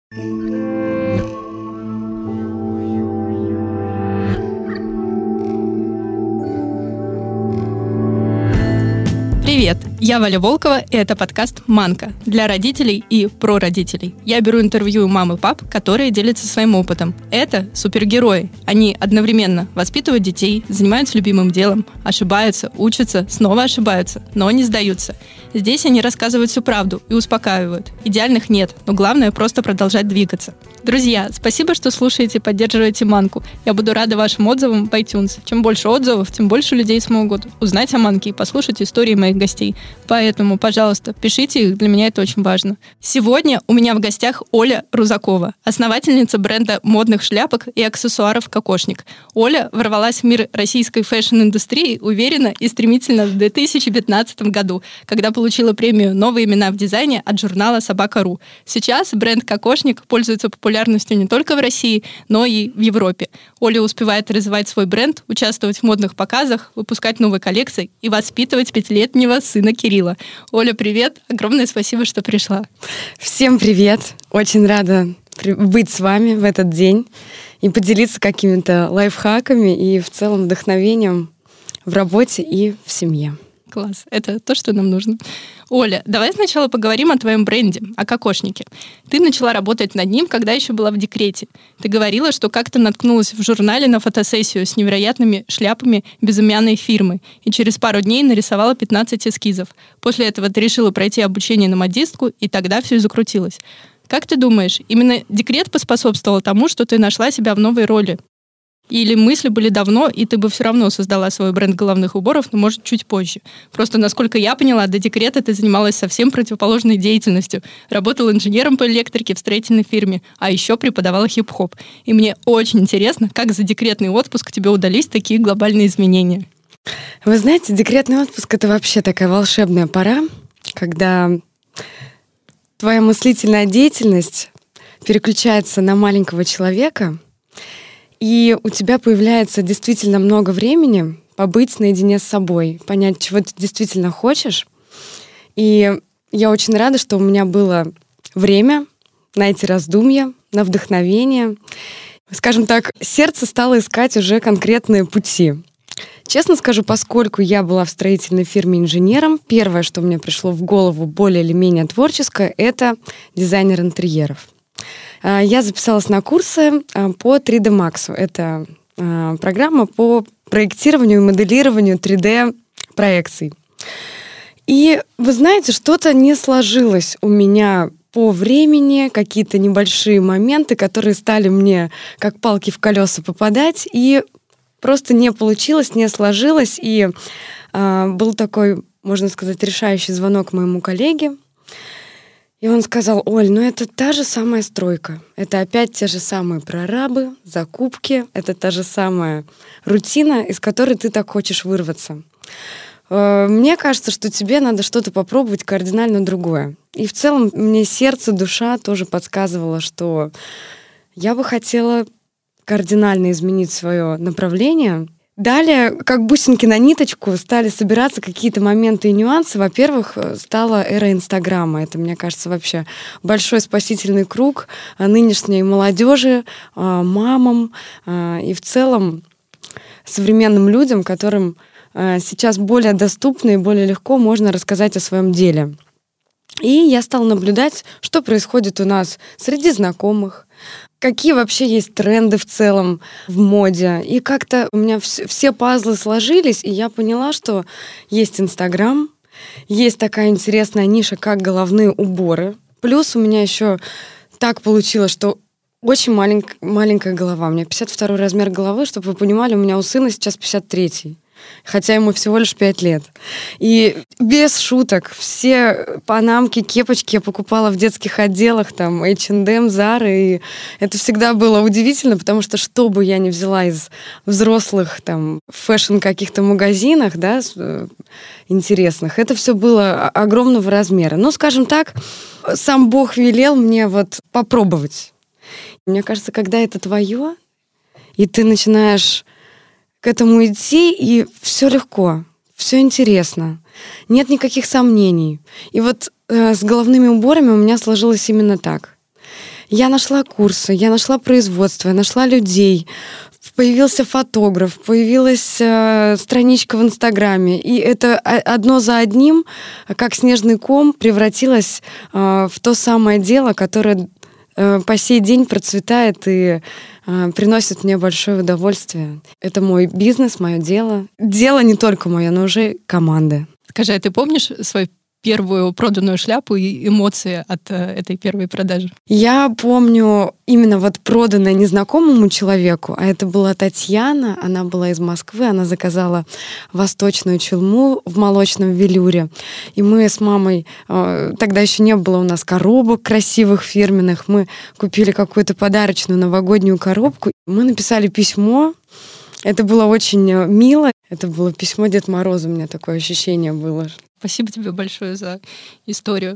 Привет, я Валя Волкова, и это подкаст «Манка» для родителей и про родителей. Я беру интервью у мам и пап, которые делятся своим опытом. Это супергерои. Они одновременно воспитывают детей, занимаются любимым делом, ошибаются, учатся, снова ошибаются, но не сдаются. Здесь они рассказывают всю правду и успокаивают. Идеальных нет, но главное просто продолжать двигаться. Друзья, спасибо, что слушаете и поддерживаете «Манку». Я буду рада вашим отзывам в iTunes. Чем больше отзывов, тем больше людей смогут узнать о «Манке» и послушать истории моих гостей. Поэтому, пожалуйста, пишите их, для меня это очень важно. Сегодня у меня в гостях Оля Рузакова, основательница бренда модных шляпок и аксессуаров «Кокошник». Оля ворвалась в мир российской фэшн-индустрии уверенно и стремительно в 2015 году, когда получила премию «Новые имена в дизайне» от журнала «Собака.ру». Сейчас бренд «Кокошник» пользуется популярностью не только в России, но и в Европе. Оля успевает развивать свой бренд, участвовать в модных показах, выпускать новые коллекции и воспитывать 5-летнего сына Кирилла. Оля, привет! Огромное спасибо, что пришла. Всем привет! Очень рада быть с вами в этот день и поделиться какими-то лайфхаками и в целом вдохновением в работе и в семье. Класс, это то, что нам нужно. Оля, давай сначала поговорим о твоем бренде, о «Кокошнике». Ты начала работать над ним, когда еще была в декрете. Ты говорила, что как-то наткнулась в журнале на фотосессию с невероятными шляпами безымянной фирмы и через пару дней нарисовала 15 эскизов. После этого ты решила пройти обучение на модистку, и тогда все и закрутилось. Как ты думаешь, именно декрет поспособствовал тому, что ты нашла себя в новой роли? Или мысли были давно, и ты бы все равно создала свой бренд головных уборов, но, может, чуть позже? Просто, насколько я поняла, до декрета ты занималась совсем противоположной деятельностью. Работала инженером по электрике в строительной фирме, а еще преподавала хип-хоп. И мне очень интересно, как за декретный отпуск тебе удались такие глобальные изменения? Вы знаете, декретный отпуск — это вообще такая волшебная пора, когда твоя мыслительная деятельность переключается на маленького человека, и у тебя появляется действительно много времени побыть наедине с собой, понять, чего ты действительно хочешь. И я очень рада, что у меня было время на эти раздумья, на вдохновение. Скажем так, сердце стало искать уже конкретные пути. Честно скажу, поскольку я была в строительной фирме инженером, первое, что мне пришло в голову более или менее творческое, это дизайнер интерьеров. Я записалась на курсы по 3D Max. Это программа по проектированию и моделированию 3D-проекций. И вы знаете, что-то не сложилось у меня по времени, какие-то небольшие моменты, которые стали мне как палки в колеса попадать, и просто не получилось, не сложилось. И был такой, можно сказать, решающий звонок моему коллеге. И он сказал: Оль, ну это та же самая стройка. Это опять те же самые прорабы, закупки. Это та же самая рутина, из которой ты так хочешь вырваться. Мне кажется, что тебе надо что-то попробовать кардинально другое. И в целом мне сердце, душа тоже подсказывало, что я бы хотела кардинально изменить свое направление. Далее, как бусинки на ниточку, стали собираться какие-то моменты и нюансы. Во-первых, стала эра Инстаграма. Это, мне кажется, вообще большой спасительный круг нынешней молодежи, мамам и в целом современным людям, которым сейчас более доступно и более легко можно рассказать о своем деле. И я стала наблюдать, что происходит у нас среди знакомых, какие вообще есть тренды в целом в моде. И как-то у меня все пазлы сложились, и я поняла, что есть Инстаграм, есть такая интересная ниша, как головные уборы. Плюс у меня еще так получилось, что очень маленькая голова. У меня 52 размер головы, чтобы вы понимали, у меня у сына сейчас 53. Хотя ему всего лишь 5 лет. И без шуток, все панамки, кепочки я покупала в детских отделах, там, H&M, Zara, и это всегда было удивительно, потому что бы я ни взяла из взрослых, там, фэшн каких-то магазинах, да, интересных, это все было огромного размера. Но, скажем так, сам Бог велел мне вот попробовать. Мне кажется, когда это твое, и ты начинаешь к этому идти, и все легко, все интересно, нет никаких сомнений. И вот с головными уборами у меня сложилось именно так. Я нашла курсы, я нашла производство, я нашла людей, появился фотограф, появилась страничка в Инстаграме. И это одно за одним, как снежный ком, превратилось в то самое дело, которое по сей день процветает и приносит мне большое удовольствие. Это мой бизнес, мое дело. Дело не только мое, но уже команды. Скажи, а ты помнишь свою первую проданную шляпу и эмоции от этой первой продажи? Я помню именно вот проданное незнакомому человеку, а это была Татьяна, она была из Москвы, она заказала восточную челму в молочном велюре. И мы с мамой, тогда еще не было у нас коробок красивых, фирменных, мы купили какую-то подарочную новогоднюю коробку. Мы написали письмо. Это было очень мило. Это было письмо Деду Морозу, у меня такое ощущение было. Спасибо тебе большое за историю.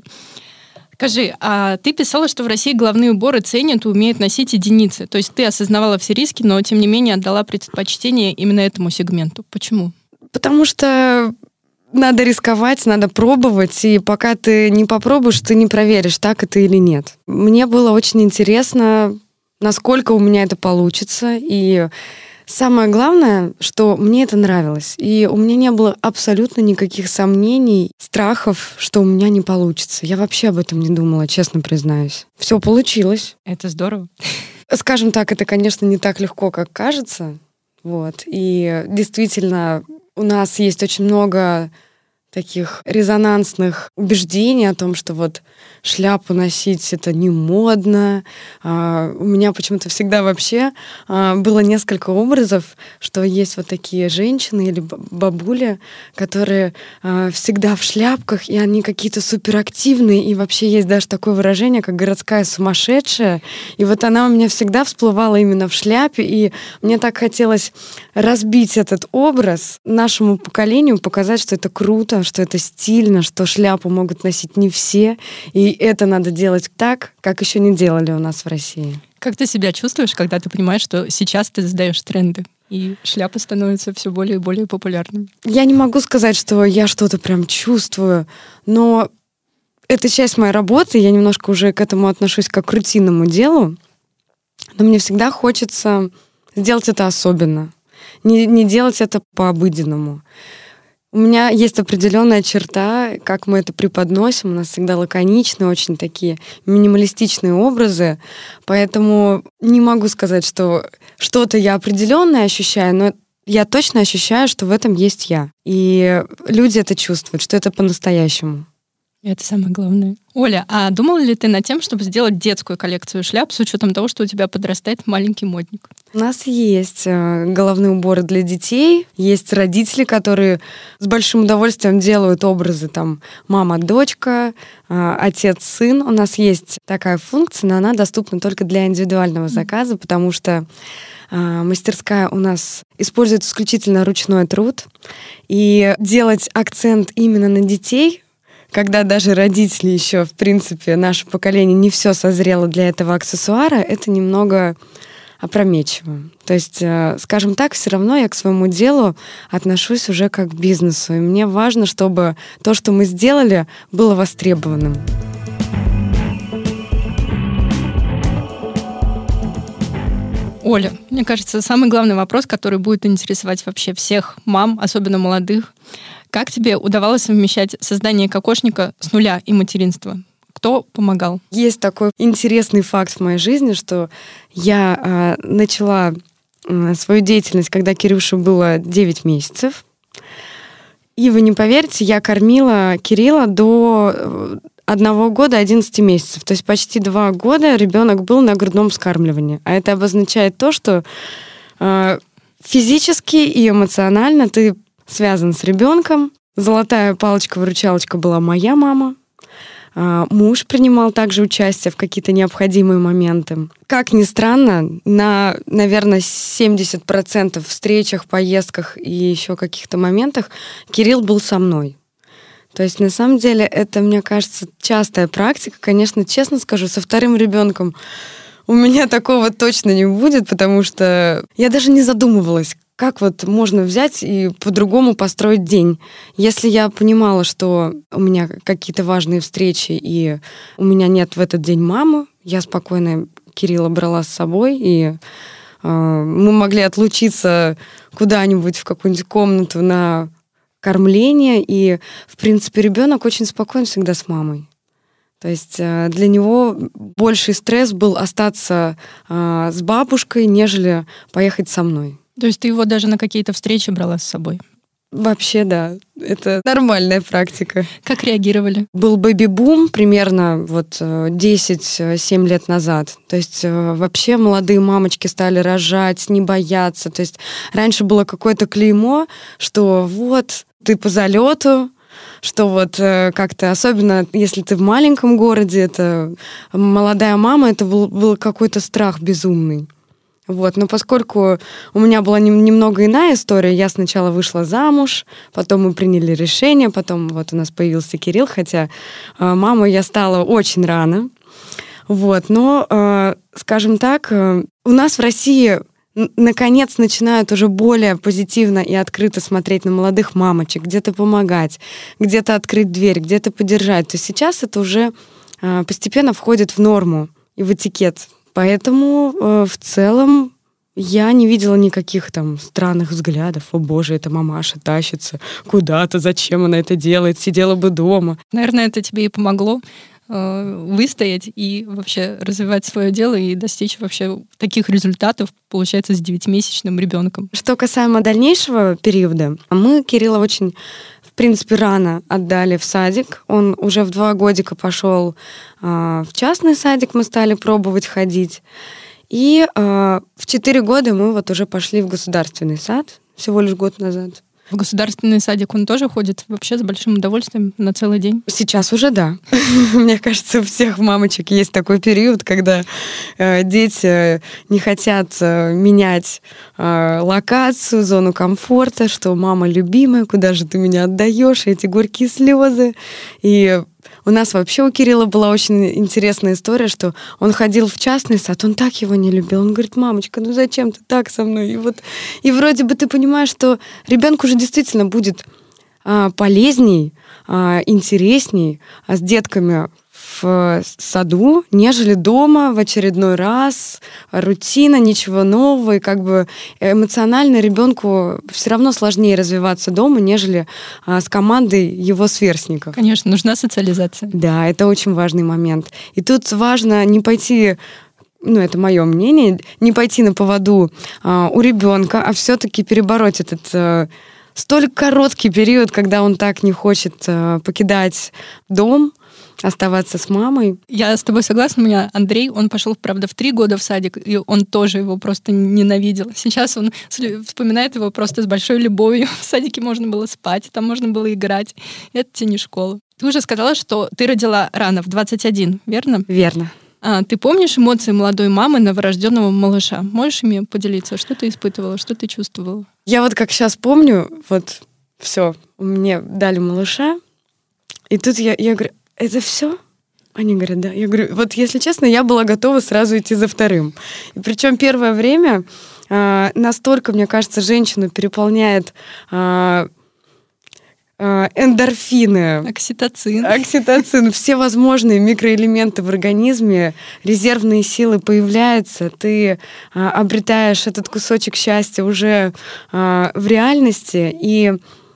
Скажи, а ты писала, что в России головные уборы ценят и умеют носить единицы. То есть ты осознавала все риски, но тем не менее отдала предпочтение именно этому сегменту. Почему? Потому что надо рисковать, надо пробовать, и пока ты не попробуешь, ты не проверишь, так это или нет. Мне было очень интересно, насколько у меня это получится, и самое главное, что мне это нравилось. И у меня не было абсолютно никаких сомнений, страхов, что у меня не получится. Я вообще об этом не думала, честно признаюсь. Все получилось. Это здорово. Скажем так, это, конечно, не так легко, как кажется. Вот. И действительно, у нас есть очень много таких резонансных убеждений о том, что вот шляпу носить это не модно. У меня почему-то всегда вообще было несколько образов, что есть вот такие женщины или бабули, которые всегда в шляпках, и они какие-то суперактивные, и вообще есть даже такое выражение, как городская сумасшедшая. И вот она у меня всегда всплывала именно в шляпе, и мне так хотелось разбить этот образ, нашему поколению показать, что это круто, что это стильно, что шляпу могут носить не все, и это надо делать так, как еще не делали у нас в России. Как ты себя чувствуешь, когда ты понимаешь, что сейчас ты задаешь тренды, и шляпы становятся все более и более популярными? Я не могу сказать, что я что-то прям чувствую, но это часть моей работы, я немножко уже к этому отношусь как к рутинному делу, но мне всегда хочется сделать это особенно, не делать это по-обыденному. У меня есть определенная черта, как мы это преподносим. У нас всегда лаконичные, очень такие минималистичные образы. Поэтому не могу сказать, что что-то я определенное ощущаю, но я точно ощущаю, что в этом есть я. И люди это чувствуют, что это по-настоящему. Это самое главное. Оля, а думала ли ты над тем, чтобы сделать детскую коллекцию шляп с учетом того, что у тебя подрастает маленький модник? У нас есть головные уборы для детей, есть родители, которые с большим удовольствием делают образы там мама-дочка, отец-сын. У нас есть такая функция, но она доступна только для индивидуального заказа, потому что мастерская у нас использует исключительно ручной труд. И делать акцент именно на детей, когда даже родители еще, в принципе, наше поколение не все созрело для этого аксессуара, это немного опрометчиво. То есть, скажем так, все равно я к своему делу отношусь уже как к бизнесу. И мне важно, чтобы то, что мы сделали, было востребованным. Оля, мне кажется, самый главный вопрос, который будет интересовать вообще всех мам, особенно молодых. Как тебе удавалось совмещать создание кокошника с нуля и материнство? Кто помогал? Есть такой интересный факт в моей жизни, что я начала свою деятельность, когда Кирюше было 9 месяцев. И вы не поверите, я кормила Кирилла до 1 года 11 месяцев. То есть почти 2 года ребенок был на грудном вскармливании. А это обозначает то, что физически и эмоционально ты связан с ребенком. Золотая палочка-выручалочка была моя мама. Муж принимал также участие в какие-то необходимые моменты. Как ни странно, на, наверное, 70% встречах, поездках и еще каких-то моментах Кирилл был со мной. То есть, на самом деле, это, мне кажется, частая практика. Конечно, честно скажу, со вторым ребенком у меня такого точно не будет, потому что я даже не задумывалась, как вот можно взять и по-другому построить день. Если я понимала, что у меня какие-то важные встречи, и у меня нет в этот день мамы, я спокойно Кирилла брала с собой, и мы могли отлучиться куда-нибудь в какую-нибудь комнату на кормление, и, в принципе, ребенок очень спокоен всегда с мамой. То есть для него больший стресс был остаться с бабушкой, нежели поехать со мной. То есть ты его даже на какие-то встречи брала с собой? Вообще, да. Это нормальная практика. Как реагировали? Был бэби-бум примерно 10-7 лет назад. То есть вообще молодые мамочки стали рожать, не бояться. То есть раньше было какое-то клеймо, что вот ты по залету, что как-то, особенно если ты в маленьком городе, это молодая мама, это был какой-то страх безумный. Но поскольку у меня была немного иная история, я сначала вышла замуж, потом мы приняли решение, потом у нас появился Кирилл, хотя мамой я стала очень рано. Но, скажем так, у нас в России наконец начинают уже более позитивно и открыто смотреть на молодых мамочек, где-то помогать, где-то открыть дверь, где-то поддержать. То есть сейчас это уже постепенно входит в норму и в этикет. Поэтому в целом я не видела никаких там странных взглядов. О боже, эта мамаша тащится куда-то, зачем она это делает, сидела бы дома. Наверное, это тебе и помогло выстоять и вообще развивать свое дело и достичь вообще таких результатов, получается, с 9-месячным ребенком. Что касаемо дальнейшего периода, мы Кирилла очень, в принципе, рано отдали в садик. Он уже в 2 годика пошел в частный садик, мы стали пробовать ходить. И в 4 года мы уже пошли в государственный сад, всего лишь год назад. В государственный садик он тоже ходит вообще с большим удовольствием на целый день? Сейчас уже да. Мне кажется, у всех мамочек есть такой период, когда дети не хотят менять локацию, зону комфорта, что мама любимая, куда же ты меня отдаешь, эти горькие слезы. И у нас вообще у Кирилла была очень интересная история, что он ходил в частный сад, он так его не любил. Он говорит: мамочка, ну зачем ты так со мной? И вроде бы ты понимаешь, что ребенку уже действительно будет полезней, интересней с детками в саду, нежели дома в очередной раз, рутина, ничего нового, и эмоционально ребенку все равно сложнее развиваться дома, нежели с командой его сверстников. Конечно, нужна социализация. Да, это очень важный момент. И тут важно не пойти, это мое мнение, не пойти на поводу у ребенка, а все-таки перебороть этот столь короткий период, когда он так не хочет покидать дом, оставаться с мамой. Я с тобой согласна. У меня Андрей, он пошел, правда, в 3 года в садик, и он тоже его просто ненавидел. Сейчас он вспоминает его просто с большой любовью. В садике можно было спать, там можно было играть. Это тебе не школа. Ты уже сказала, что ты родила рано, в 21, верно? Верно. Ты помнишь эмоции молодой мамы новорожденного малыша? Можешь ими поделиться? Что ты испытывала, что ты чувствовала? Я как сейчас помню, все, мне дали малыша, и тут я говорю: это все? Они говорят: да. Я говорю: если честно, я была готова сразу идти за вторым. И причем первое время настолько, мне кажется, женщину переполняет эндорфины, окситоцин, все возможные микроэлементы в организме, резервные силы появляются, ты обретаешь этот кусочек счастья уже в реальности, и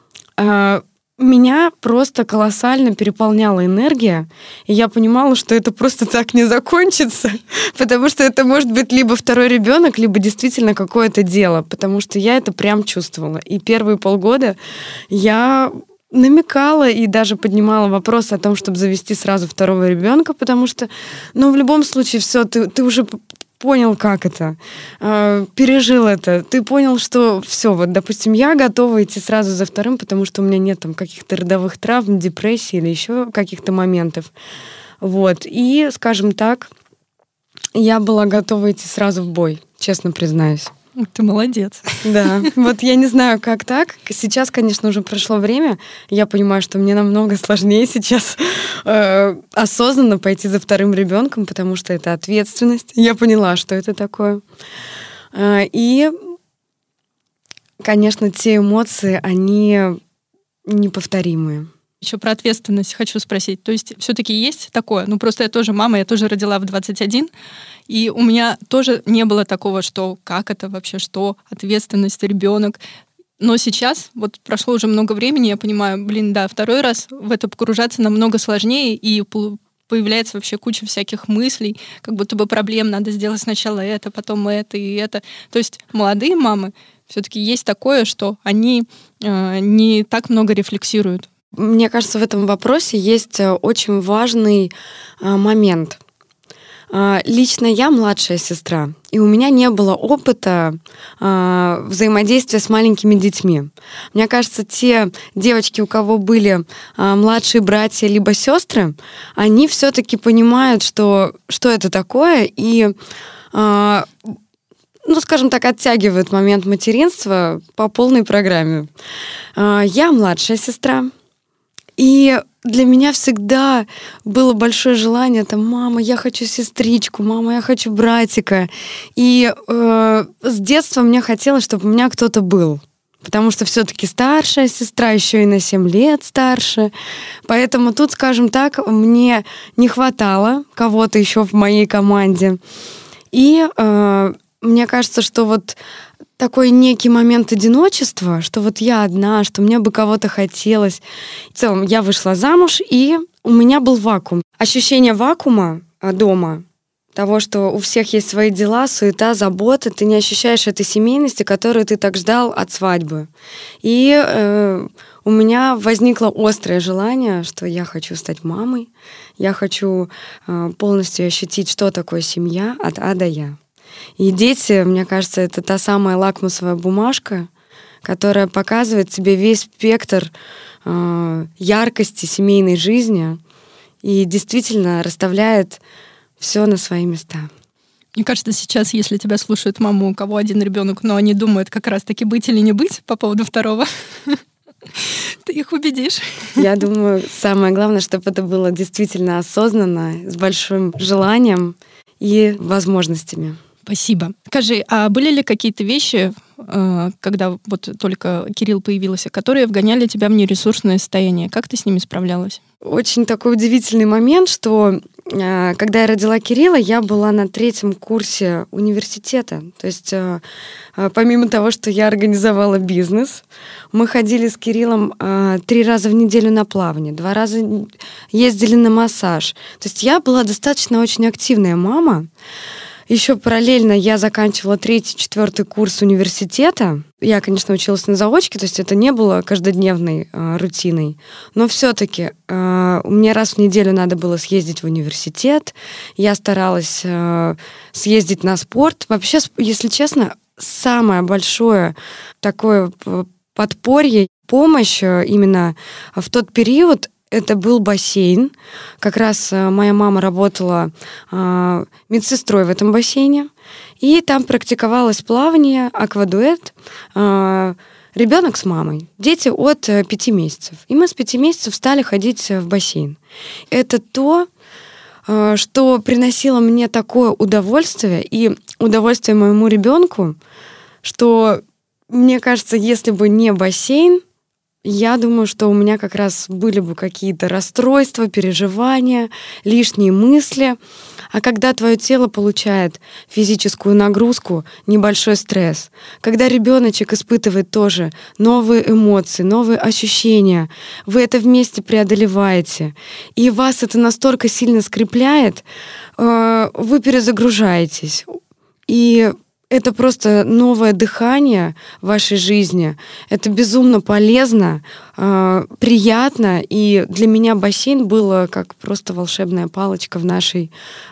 меня просто колоссально переполняла энергия, и я понимала, что это просто так не закончится, потому что это может быть либо второй ребенок, либо действительно какое-то дело, потому что я это прям чувствовала. И первые полгода я намекала и даже поднимала вопрос о том, чтобы завести сразу второго ребенка, потому что, в любом случае, все, ты уже понял, как это, пережил это, ты понял, что все, допустим, я готова идти сразу за вторым, потому что у меня нет там каких-то родовых травм, депрессии или еще каких-то моментов. И, скажем так, я была готова идти сразу в бой, честно признаюсь. Ты молодец. Да, я не знаю, как так. Сейчас, конечно, уже прошло время. Я понимаю, что мне намного сложнее сейчас осознанно пойти за вторым ребенком, потому что это ответственность. Я поняла, что это такое. И, конечно, те эмоции, они неповторимые. Еще про ответственность хочу спросить. То есть все-таки есть такое? Ну, просто я тоже мама, я тоже родила в 21, и у меня тоже не было такого, что как это вообще, что ответственность, ребенок. Но сейчас, вот прошло уже много времени, я понимаю, да, второй раз в это погружаться намного сложнее, и появляется вообще куча всяких мыслей, как будто бы проблем, надо сделать сначала это, потом это и это. То есть молодые мамы, все-таки есть такое, что они не так много рефлексируют. Мне кажется, в этом вопросе есть очень важный момент. Лично я младшая сестра, и у меня не было опыта взаимодействия с маленькими детьми. Мне кажется, те девочки, у кого были младшие братья либо сестры, они все-таки понимают, что это такое, и скажем так, оттягивают момент материнства по полной программе. Я младшая сестра. И для меня всегда было большое желание, мама, я хочу сестричку, мама, я хочу братика. И с детства мне хотелось, чтобы у меня кто-то был. Потому что все-таки старшая сестра, еще и на 7 лет старше. Поэтому тут, скажем так, мне не хватало кого-то еще в моей команде. И мне кажется, что вот такой некий момент одиночества, что вот я одна, что мне бы кого-то хотелось. В целом, я вышла замуж, и у меня был вакуум. Ощущение вакуума дома, того, что у всех есть свои дела, суета, забота, ты не ощущаешь этой семейности, которую ты так ждал от свадьбы. И у меня возникло острое желание, что я хочу стать мамой, я хочу полностью ощутить, что такое семья от А до Я. И дети, мне кажется, это та самая лакмусовая бумажка, которая показывает тебе весь спектр яркости семейной жизни и действительно расставляет все на свои места. Мне кажется, сейчас, если тебя слушают мамы, у кого один ребенок, но они думают как раз-таки быть или не быть по поводу второго, ты их убедишь. Я думаю, самое главное, чтобы это было действительно осознанно, с большим желанием и возможностями. Спасибо. Скажи, а были ли какие-то вещи, когда вот только Кирилл появился, которые вгоняли тебя в нересурсное состояние? Как ты с ними справлялась? Очень такой удивительный момент, что когда я родила Кирилла, я была на 3-м курсе университета. То есть помимо того, что я организовала бизнес, мы ходили с Кириллом 3 раза в неделю на плавание, 2 раза ездили на массаж. То есть я была достаточно очень активная мама. Еще параллельно я заканчивала 3-4 курс университета. Я, конечно, училась на заочке, то есть это не было каждодневной рутиной. Но все-таки мне раз в неделю надо было съездить в университет. Я старалась съездить на спорт. Вообще, если честно, самое большое такое подспорье, помощь именно в тот период — это был бассейн. Как раз моя мама работала медсестрой в этом бассейне. И там практиковалось плавание, аквадуэт. Ребенок с мамой. Дети от 5 месяцев. И мы с 5 месяцев стали ходить в бассейн. Это то, что приносило мне такое удовольствие и удовольствие моему ребенку, что, мне кажется, если бы не бассейн, я думаю, что у меня как раз были бы какие-то расстройства, переживания, лишние мысли. А когда твое тело получает физическую нагрузку, небольшой стресс, когда ребеночек испытывает тоже новые эмоции, новые ощущения, вы это вместе преодолеваете, и вас это настолько сильно скрепляет, вы перезагружаетесь. И это просто новое дыхание в вашей жизни. Это безумно полезно, приятно. И для меня бассейн был как просто волшебная палочка в нашей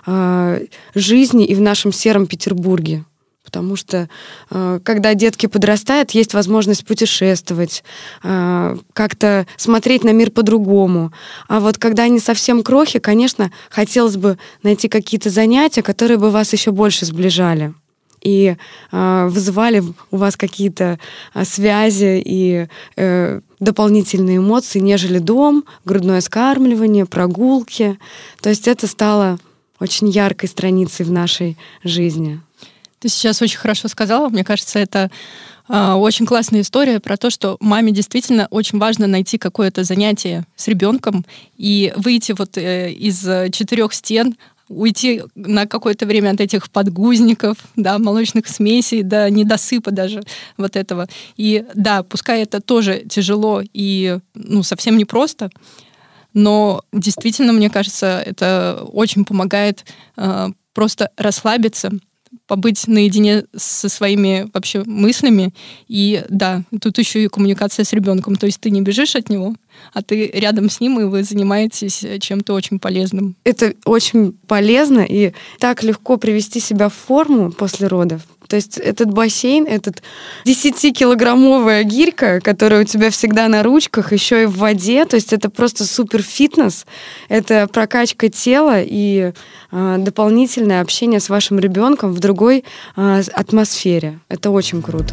жизни и в нашем сером Петербурге. Потому что, когда детки подрастают, есть возможность путешествовать, как-то смотреть на мир по-другому. А вот когда они совсем крохи, конечно, хотелось бы найти какие-то занятия, которые бы вас еще больше сближали и вызывали у вас какие-то связи и дополнительные эмоции, нежели дом, грудное вскармливание, прогулки. То есть это стало очень яркой страницей в нашей жизни. То Ты сейчас очень хорошо сказала. Мне кажется, это очень классная история про то, что маме действительно очень важно найти какое-то занятие с ребенком и выйти вот из 4 стен, уйти на какое-то время от этих подгузников, да, молочных смесей, до недосыпа даже вот этого. И да, пускай это тоже тяжело и совсем непросто, но действительно, мне кажется, это очень помогает просто расслабиться, побыть наедине со своими вообще мыслями. И да, тут еще и коммуникация с ребенком. То есть ты не бежишь от него, а ты рядом с ним, и вы занимаетесь чем-то очень полезным. Это очень полезно, и так легко привести себя в форму после родов. То есть этот бассейн, этот 10-килограммовая гирька, которая у тебя всегда на ручках, еще и в воде, то есть это просто супер фитнес, это прокачка тела и дополнительное общение с вашим ребенком в другой атмосфере. Это очень круто.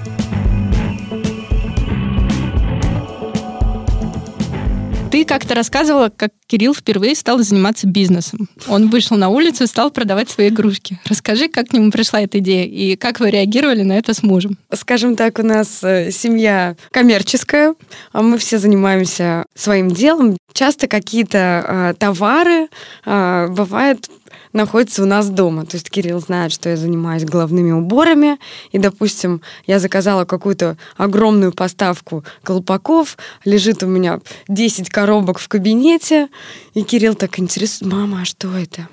Ты как-то рассказывала, как Кирилл впервые стал заниматься бизнесом. Он вышел на улицу и стал продавать свои игрушки. Расскажи, как к нему пришла эта идея и как вы реагировали на это с мужем? Скажем так, у нас семья коммерческая, мы все занимаемся своим делом. Часто какие-то товары бывают находится у нас дома. То есть Кирилл знает, что я занимаюсь головными уборами, и, допустим, я заказала какую-то огромную поставку колпаков, лежит у меня 10 коробок в кабинете, и Кирилл так интересует: мама, а что это?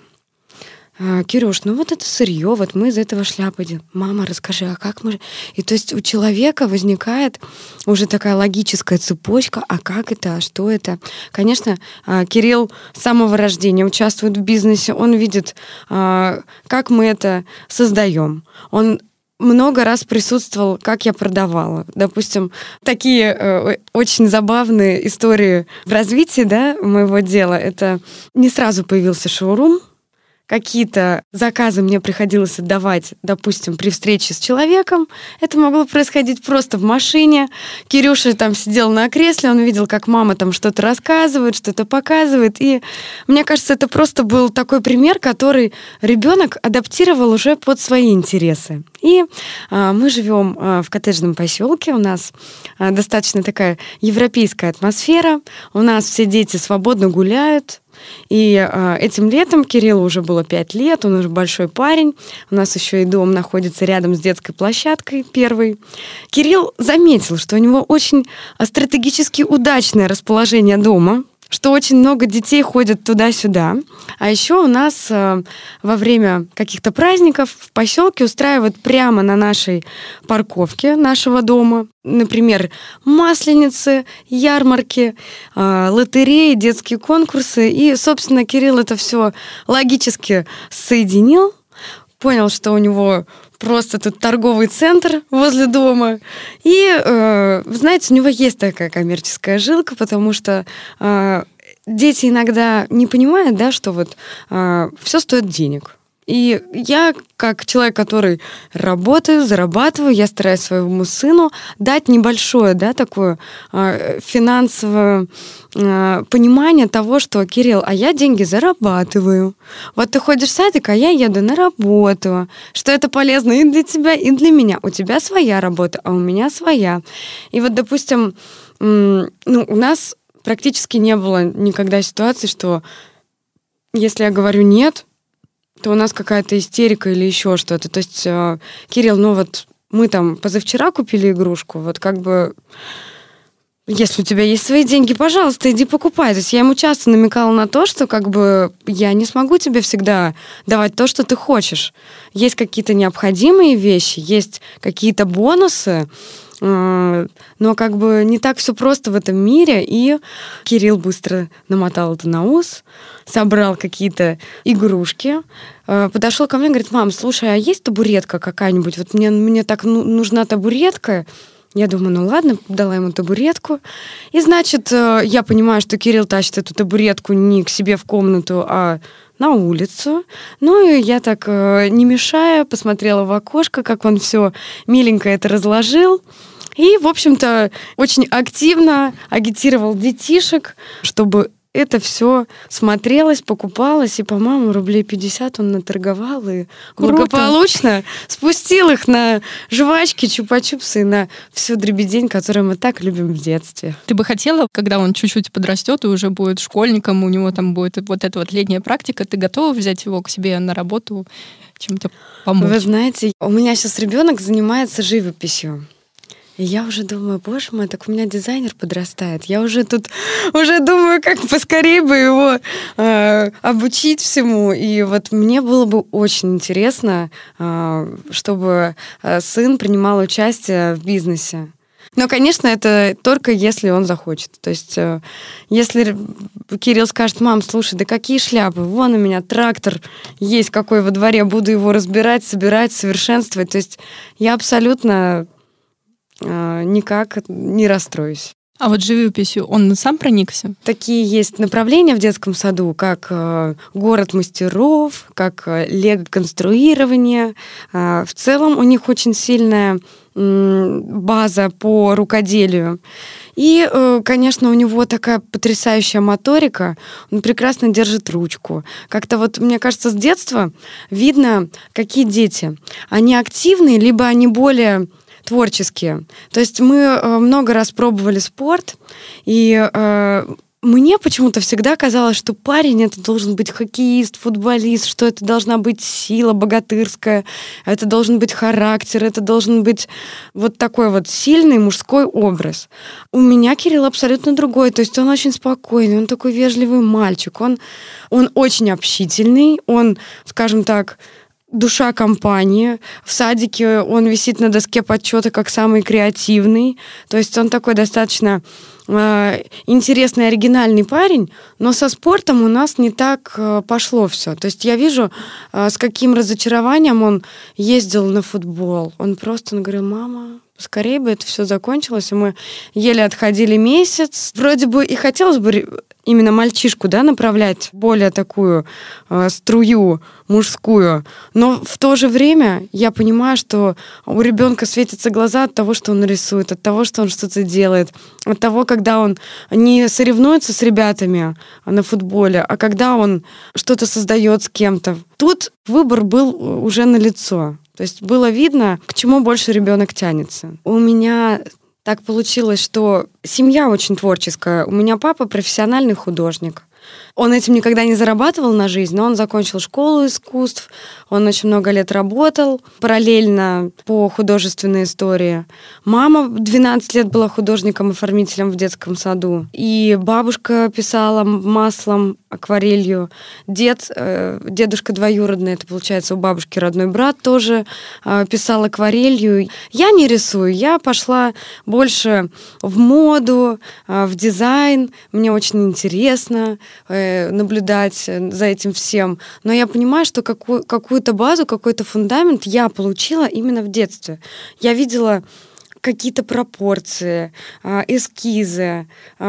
Кирюш, вот это сырье, вот мы из этого шляпы делаем. Мама, расскажи, а как мы... И то есть у человека возникает уже такая логическая цепочка, а как это, а что это? Конечно, Кирилл с самого рождения участвует в бизнесе, он видит, как мы это создаем. Он много раз присутствовал, как я продавала. Допустим, такие очень забавные истории в развитии, да, моего дела. Это не сразу появился шоурум. Какие-то заказы мне приходилось отдавать, допустим, при встрече с человеком. Это могло происходить просто в машине. Кирюша там сидел на кресле, он видел, как мама там что-то рассказывает, что-то показывает. И мне кажется, это просто был такой пример, который ребенок адаптировал уже под свои интересы. И мы живем в коттеджном поселке, у нас достаточно такая европейская атмосфера, у нас все дети свободно гуляют. И этим летом Кириллу уже было 5 лет, он уже большой парень. У нас еще и дом находится рядом с детской площадкой первой. Кирилл заметил, что у него очень стратегически удачное расположение дома, что очень много детей ходят туда-сюда. А еще у нас во время каких-то праздников в поселке устраивают прямо на нашей парковке нашего дома, например, масленицы, ярмарки, лотереи, детские конкурсы. И, собственно, Кирилл это все логически соединил, понял, что у него просто тут торговый центр возле дома. И, знаете, у него есть такая коммерческая жилка, потому что дети иногда не понимают, да, что вот все стоит денег. И я, как человек, который работаю, зарабатываю, я стараюсь своему сыну дать небольшое, да, такое финансовое понимание того, что, Кирилл, а я деньги зарабатываю. Вот ты ходишь в садик, а я еду на работу. Что это полезно и для тебя, и для меня. У тебя своя работа, а у меня своя. И вот, допустим, у нас практически не было никогда ситуации, что если я говорю «нет», то у нас какая-то истерика или еще что-то. То есть, Кирилл, вот мы там позавчера купили игрушку, вот как бы, если у тебя есть свои деньги, пожалуйста, иди покупай. То есть я ему часто намекала на то, что как бы я не смогу тебе всегда давать то, что ты хочешь. Есть какие-то необходимые вещи, есть какие-то бонусы, но как бы не так все просто в этом мире. И Кирилл быстро намотал это на ус, собрал какие-то игрушки, подошел ко мне и говорит: мам, слушай, а есть табуретка какая-нибудь? Вот мне так нужна табуретка. Я думаю, ладно, дала ему табуретку. И, значит, я понимаю, что Кирилл тащит эту табуретку не к себе в комнату, а на улицу. И я так, не мешая, посмотрела в окошко, как он все миленько это разложил. И, в общем-то, очень активно агитировал детишек, чтобы это все смотрелось, покупалось, и, по-моему, рублей 50 он наторговал и благополучно спустил их на жвачки, чупа-чупсы и на всю дребедень, которую мы так любим в детстве. Ты бы хотела, когда он чуть-чуть подрастет и уже будет школьником, у него там будет вот эта вот летняя практика, ты готова взять его к себе на работу, чем-то помочь? Вы знаете, у меня сейчас ребенок занимается живописью. И я уже думаю, боже мой, так у меня дизайнер подрастает. Я уже тут думаю, как поскорее бы его обучить всему. И вот мне было бы очень интересно, чтобы сын принимал участие в бизнесе. Но, конечно, это только если он захочет. То есть, если Кирилл скажет: мам, слушай, да какие шляпы? Вон у меня трактор есть какой во дворе, буду его разбирать, собирать, совершенствовать. То есть я абсолютно никак не расстроюсь. А вот живописью он сам проникся? Такие есть направления в детском саду, как город мастеров, как лего-конструирование. В целом у них очень сильная база по рукоделию. И, конечно, у него такая потрясающая моторика. Он прекрасно держит ручку. Как-то вот, мне кажется, с детства видно, какие дети. Они активные, либо они более творческие. То есть мы много раз пробовали спорт, и мне почему-то всегда казалось, что парень это должен быть хоккеист, футболист, что это должна быть сила богатырская, это должен быть характер, это должен быть вот такой вот сильный мужской образ. У меня Кирилл абсолютно другой, то есть он очень спокойный, он такой вежливый мальчик, он очень общительный, он, скажем так, душа компании. В садике он висит на доске почета как самый креативный. То есть он такой достаточно интересный, оригинальный парень, но со спортом у нас не так пошло все. То есть я вижу, с каким разочарованием он ездил на футбол. Он говорил: мама, поскорее бы это все закончилось. И мы еле отходили месяц. Вроде бы и хотелось бы именно мальчишку, да, направлять в более такую струю мужскую. Но в то же время я понимаю, что у ребенка светятся глаза от того, что он рисует, от того, что он что-то делает, от того, когда он не соревнуется с ребятами на футболе, а когда он что-то создает с кем-то. Тут выбор был уже налицо. То есть было видно, к чему больше ребенок тянется. У меня так получилось, что семья очень творческая. У меня папа профессиональный художник. Он этим никогда не зарабатывал на жизнь, но он закончил школу искусств, он очень много лет работал параллельно по художественной истории. Мама 12 лет была художником-оформителем в детском саду. И бабушка писала маслом, акварелью. Дедушка двоюродный, это получается у бабушки родной брат, тоже писал акварелью. Я не рисую, я пошла больше в моду, в дизайн. Мне очень интересно наблюдать за этим всем. Но я понимаю, что какую-то базу, какой-то фундамент я получила именно в детстве. Я видела какие-то пропорции, эскизы,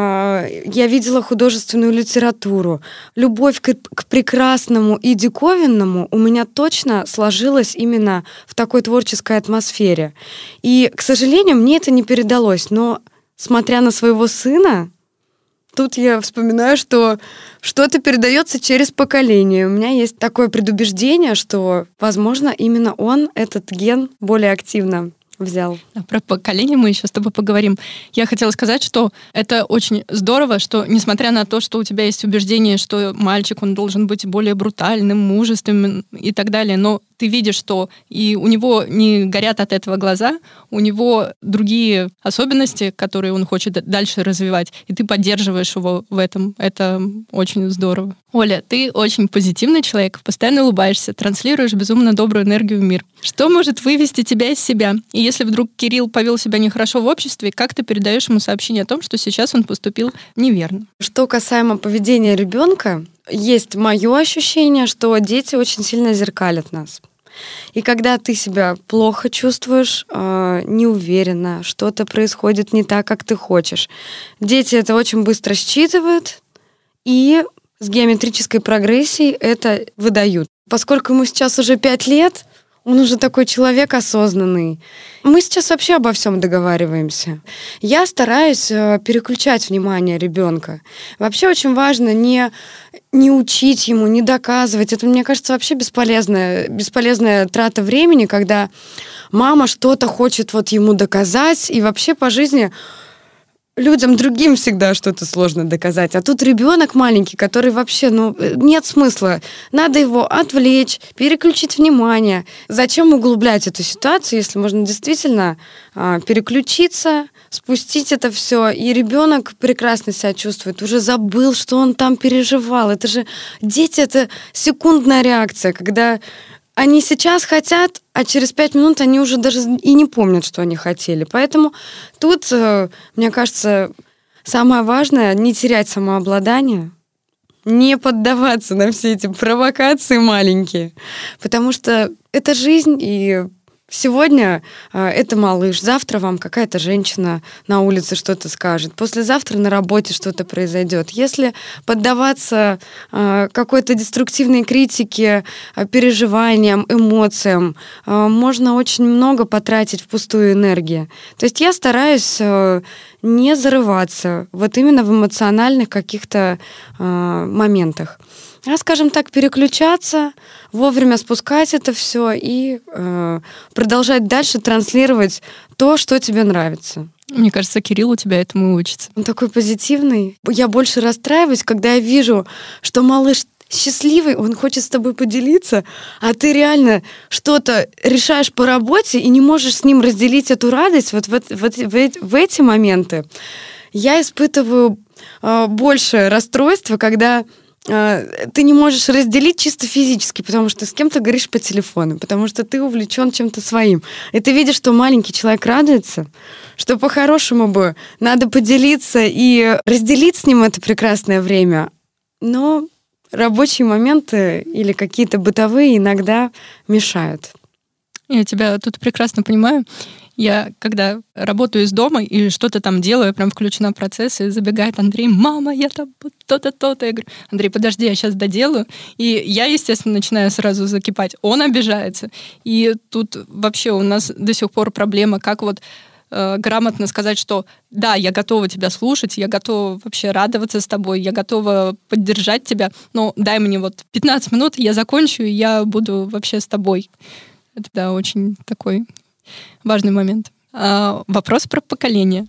я видела художественную литературу. Любовь к прекрасному и диковинному у меня точно сложилась именно в такой творческой атмосфере. И, к сожалению, мне это не передалось. Но, смотря на своего сына, тут я вспоминаю, что что-то передается через поколение. У меня есть такое предубеждение, что, возможно, именно он этот ген более активно взял. Про поколение мы еще с тобой поговорим. Я хотела сказать, что это очень здорово, что, несмотря на то, что у тебя есть убеждение, что мальчик, он должен быть более брутальным, мужественным и так далее, но ты видишь, что и у него не горят от этого глаза, у него другие особенности, которые он хочет дальше развивать, и ты поддерживаешь его в этом. Это очень здорово. Оля, ты очень позитивный человек, постоянно улыбаешься, транслируешь безумно добрую энергию в мир. Что может вывести тебя из себя? И если вдруг Кирилл повел себя нехорошо в обществе, как ты передаешь ему сообщение о том, что сейчас он поступил неверно? Что касаемо поведения ребенка, есть мое ощущение, что дети очень сильно зеркалят нас. И когда ты себя плохо чувствуешь, неуверенно, что-то происходит не так, как ты хочешь, дети это очень быстро считывают и с геометрической прогрессией это выдают. Поскольку ему сейчас уже 5 лет, Он уже такой человек осознанный. Мы сейчас вообще обо всем договариваемся. Я стараюсь переключать внимание ребенка. Вообще очень важно не учить ему, не доказывать. Это, мне кажется, вообще бесполезная трата времени, когда мама что-то хочет вот ему доказать, и вообще по жизни людям другим всегда что-то сложно доказать. А тут ребенок маленький, который вообще, нет смысла. Надо его отвлечь, переключить внимание. Зачем углублять эту ситуацию, если можно действительно переключиться, спустить это все, и ребенок прекрасно себя чувствует, уже забыл, что он там переживал. Это же дети, это секундная реакция, когда они сейчас хотят, а через 5 минут они уже даже и не помнят, что они хотели. Поэтому тут, мне кажется, самое важное — не терять самообладание, не поддаваться на все эти провокации маленькие, потому что это жизнь, и сегодня это малыш, завтра вам какая-то женщина на улице что-то скажет, послезавтра на работе что-то произойдет. Если поддаваться какой-то деструктивной критике, переживаниям, эмоциям, можно очень много потратить впустую энергии. То есть я стараюсь не зарываться вот именно в эмоциональных каких-то моментах. Скажем так, переключаться, вовремя спускать это все и продолжать дальше транслировать то, что тебе нравится. Мне кажется, Кирилл у тебя этому учится. Он такой позитивный. Я больше расстраиваюсь, когда я вижу, что малыш счастливый, он хочет с тобой поделиться, а ты реально что-то решаешь по работе и не можешь с ним разделить эту радость вот в эти моменты. Я испытываю больше расстройства, когда ты не можешь разделить чисто физически, потому что с кем-то говоришь по телефону, потому что ты увлечен чем-то своим. И ты видишь, что маленький человек радуется, что по-хорошему бы надо поделиться и разделить с ним это прекрасное время. Но рабочие моменты или какие-то бытовые иногда мешают. Я тебя тут прекрасно понимаю. Я, когда работаю из дома и что-то там делаю, я прям включена в процесс, и забегает Андрей: «Мама, я там то-то, то-то». Я говорю: «Андрей, подожди, я сейчас доделаю». И я, естественно, начинаю сразу закипать. Он обижается. И тут вообще у нас до сих пор проблема, как вот грамотно сказать, что да, я готова тебя слушать, я готова вообще радоваться с тобой, я готова поддержать тебя, но дай мне вот 15 минут, я закончу, и я буду вообще с тобой. Это, да, очень такой важный момент. Вопрос про поколение.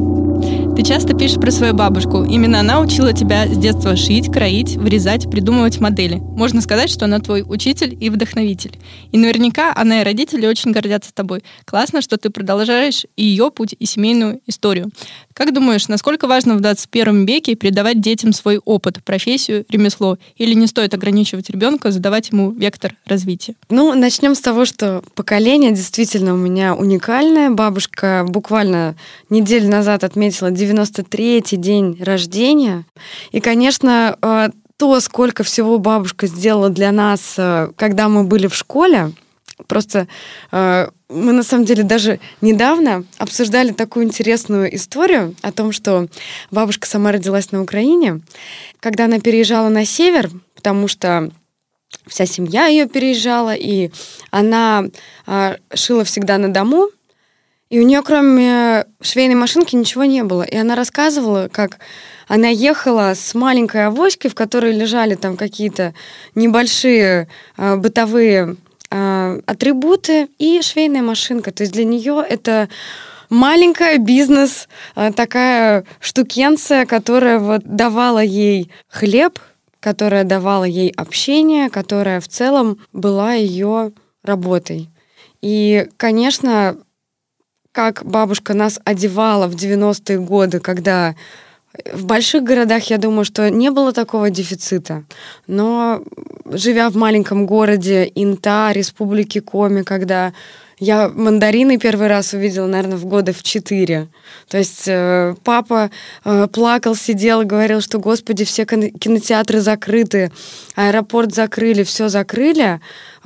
Ты часто пишешь про свою бабушку. Именно она учила тебя с детства шить, кроить, вырезать, придумывать модели. Можно сказать, что она твой учитель и вдохновитель. И наверняка она и родители очень гордятся тобой. Классно, что ты продолжаешь и ее путь, и семейную историю. Как думаешь, насколько важно в 21 веке передавать детям свой опыт, профессию, ремесло? Или не стоит ограничивать ребенка, задавать ему вектор развития? Начнем с того, что поколение действительно у меня уникальное. Бабушка буквально неделю назад отметила 93-й день рождения. И, конечно, то, сколько всего бабушка сделала для нас, когда мы были в школе, просто мы, на самом деле, даже недавно обсуждали такую интересную историю о том, что бабушка сама родилась на Украине. Когда она переезжала на север, потому что вся семья ее переезжала, и она шила всегда на дому, и у нее, кроме швейной машинки, ничего не было. И она рассказывала, как она ехала с маленькой авоськой, в которой лежали там какие-то небольшие бытовые атрибуты и швейная машинка. То есть для нее это маленькая бизнес, такая штукенция, которая вот давала ей хлеб, которая давала ей общение, которая в целом была ее работой. И, конечно, как бабушка нас одевала в 90-е годы, когда в больших городах, я думаю, что не было такого дефицита. Но живя в маленьком городе Инта, Республики Коми, когда я мандарины первый раз увидела, наверное, в года в 4. То есть папа плакал, сидел, говорил, что, господи, все кинотеатры закрыты, аэропорт закрыли, все закрыли,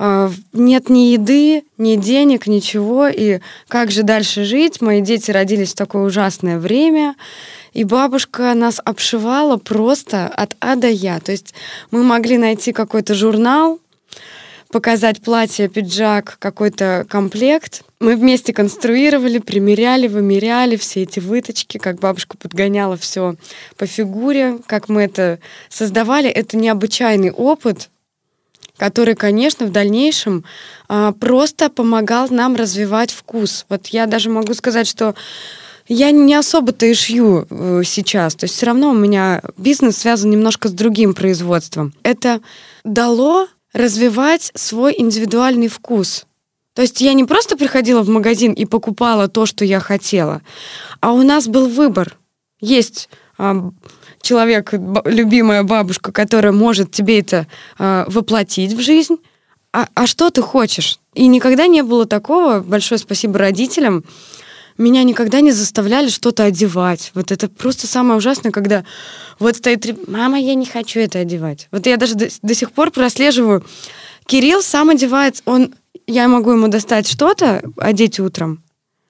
нет ни еды, ни денег, ничего, и как же дальше жить? Мои дети родились в такое ужасное время, и бабушка нас обшивала просто от А до Я. То есть мы могли найти какой-то журнал, показать платье, пиджак, какой-то комплект. Мы вместе конструировали, примеряли, вымеряли все эти выточки, как бабушка подгоняла все по фигуре, как мы это создавали. Это необычайный опыт, который, конечно, в дальнейшем просто помогал нам развивать вкус. Вот я даже могу сказать, что я не особо-то и шью сейчас. То есть все равно у меня бизнес связан немножко с другим производством. Это дало развивать свой индивидуальный вкус. То есть я не просто приходила в магазин и покупала то, что я хотела, а у нас был выбор. Есть человек, любимая бабушка, которая может тебе это воплотить в жизнь. А что ты хочешь? И никогда не было такого, большое спасибо родителям, меня никогда не заставляли что-то одевать. Вот это просто самое ужасное, когда вот стоит «Мама, я не хочу это одевать». Вот я даже до сих пор прослеживаю. Кирилл сам одевает, я могу ему достать что-то, одеть утром.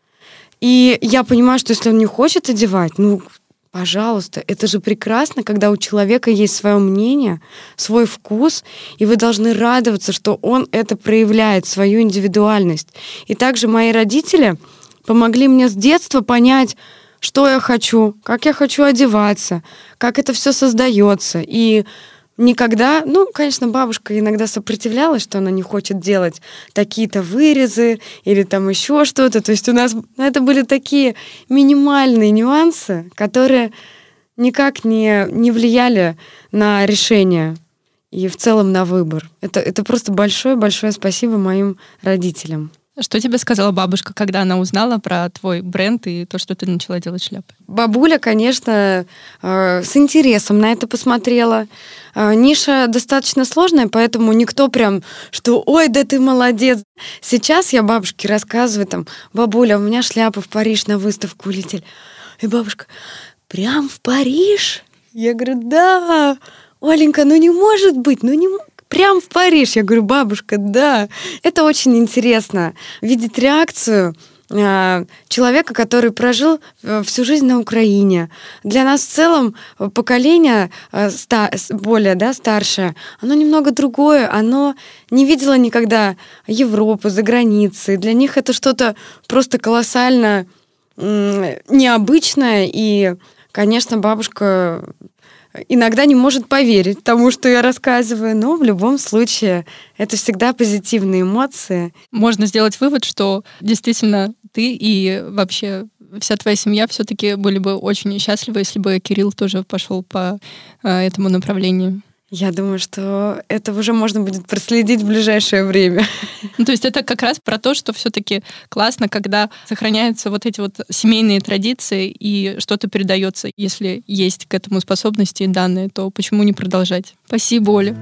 И я понимаю, что если он не хочет одевать, пожалуйста, это же прекрасно, когда у человека есть свое мнение, свой вкус, и вы должны радоваться, что он это проявляет, свою индивидуальность. И также мои родители помогли мне с детства понять, что я хочу, как я хочу одеваться, как это все создается. И никогда, конечно, бабушка иногда сопротивлялась, что она не хочет делать такие-то вырезы или там еще что-то. То есть у нас это были такие минимальные нюансы, которые никак не влияли на решение и в целом на выбор. Это просто большое-большое спасибо моим родителям. Что тебе сказала бабушка, когда она узнала про твой бренд и то, что ты начала делать шляпы? Бабуля, конечно, с интересом на это посмотрела. Ниша достаточно сложная, поэтому никто прям, что «Ой, да ты молодец». Сейчас я бабушке рассказываю, «Бабуля, у меня шляпы в Париж на выставку улетели». И бабушка «Прям в Париж?» Я говорю «Да, Оленька, не может быть, не может». Прям в Париж. Я говорю, бабушка, да. Это очень интересно. Видеть реакцию человека, который прожил всю жизнь на Украине. Для нас в целом поколение более старшее, оно немного другое. Оно не видело никогда Европы, за границей. Для них это что-то просто колоссально необычное. И, конечно, бабушка иногда не может поверить тому, что я рассказываю, но в любом случае это всегда позитивные эмоции. Можно сделать вывод, что действительно ты и вообще вся твоя семья все-таки были бы очень счастливы, если бы Кирилл тоже пошел по этому направлению. Я думаю, что это уже можно будет проследить в ближайшее время. То есть это как раз про то, что все-таки классно, когда сохраняются вот эти вот семейные традиции и что-то передается. Если есть к этому способности и данные, то почему не продолжать? Спасибо, Оля.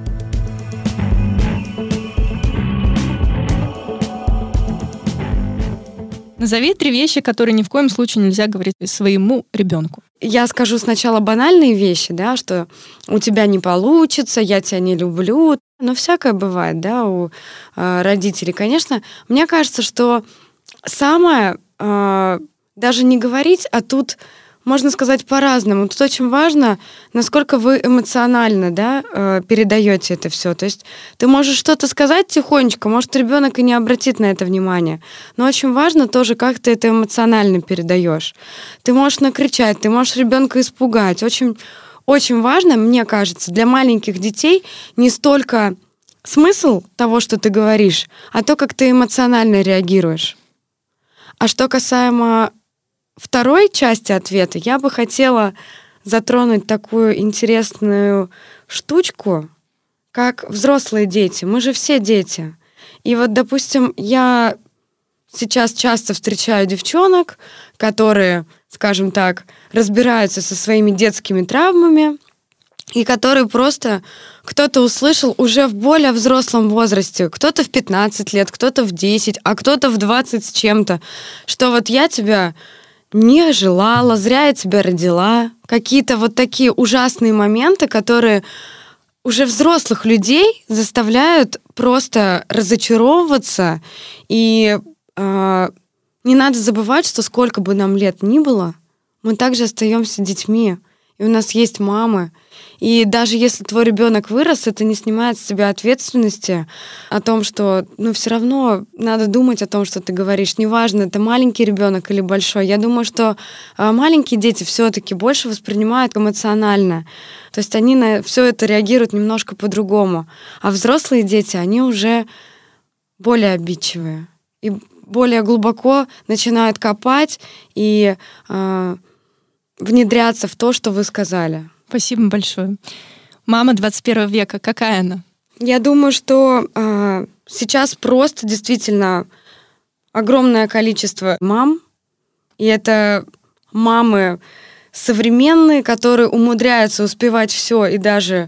Назови 3 вещи, которые ни в коем случае нельзя говорить своему ребенку. Я скажу сначала банальные вещи, что у тебя не получится, я тебя не люблю. Но всякое бывает, у родителей. Конечно, мне кажется, что самое даже не говорить, а тут можно сказать по-разному. Тут очень важно, насколько вы эмоционально передаете это все. То есть ты можешь что-то сказать тихонечко, может, ребенок и не обратит на это внимания. Но очень важно тоже, как ты это эмоционально передаешь. Ты можешь накричать, ты можешь ребенка испугать. Очень, очень важно, мне кажется, для маленьких детей не столько смысл того, что ты говоришь, а то, как ты эмоционально реагируешь. А что касаемо второй части ответа, я бы хотела затронуть такую интересную штучку, как взрослые дети. Мы же все дети. И вот, допустим, я сейчас часто встречаю девчонок, которые, скажем так, разбираются со своими детскими травмами, и которые просто кто-то услышал уже в более взрослом возрасте, кто-то в 15 лет, кто-то в 10, а кто-то в 20 с чем-то, что вот я тебя не желала, зря я тебя родила. Какие-то вот такие ужасные моменты, которые уже взрослых людей заставляют просто разочаровываться. И не надо забывать, что сколько бы нам лет ни было, мы также остаемся детьми. И у нас есть мамы. И даже если твой ребенок вырос, это не снимает с тебя ответственности о том, что все равно надо думать о том, что ты говоришь. Неважно, это маленький ребенок или большой. Я думаю, что маленькие дети все-таки больше воспринимают эмоционально. То есть они на все это реагируют немножко по-другому. А взрослые дети, они уже более обидчивые. И более глубоко начинают копать и внедряться в то, что вы сказали. Спасибо большое. Мама 21 века, какая она? Я думаю, что сейчас просто действительно огромное количество мам, и это мамы современные, которые умудряются успевать все и даже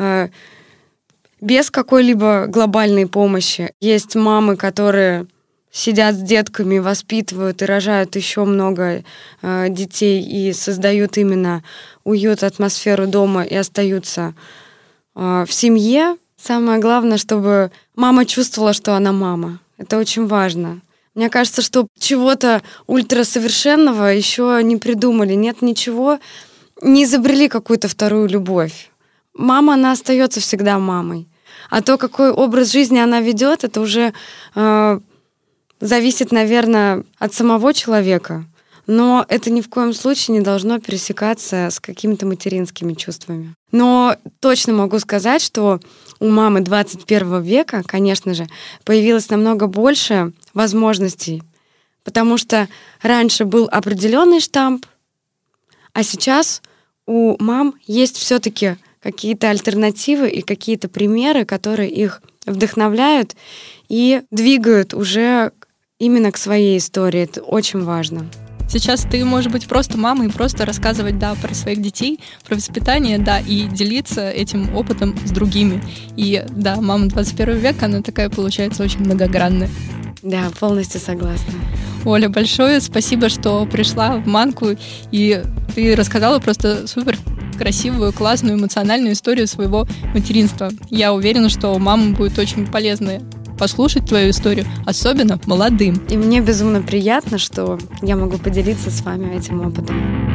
без какой-либо глобальной помощи. Есть мамы, которые сидят с детками, воспитывают и рожают еще много детей и создают именно уют, атмосферу дома и остаются в семье. Самое главное, чтобы мама чувствовала, что она мама. Это очень важно. Мне кажется, что чего-то ультрасовершенного еще не придумали. Нет ничего, не изобрели какую-то вторую любовь. Мама, она остается всегда мамой. А то, какой образ жизни она ведет, это уже зависит, наверное, от самого человека, но это ни в коем случае не должно пересекаться с какими-то материнскими чувствами. Но точно могу сказать, что у мамы 21 века, конечно же, появилось намного больше возможностей, потому что раньше был определенный штамп, а сейчас у мам есть все-таки какие-то альтернативы и какие-то примеры, которые их вдохновляют и двигают уже именно к своей истории. Это очень важно. Сейчас ты можешь быть просто мамой и просто рассказывать, про своих детей, про воспитание, и делиться этим опытом с другими. И, мама 21 века, она такая, получается, очень многогранная. Да, полностью согласна. Оля, большое спасибо, что пришла в Манку, и ты рассказала просто супер красивую, классную, эмоциональную историю своего материнства. Я уверена, что мамам будет очень полезно послушать твою историю, особенно молодым. И мне безумно приятно, что я могу поделиться с вами этим опытом.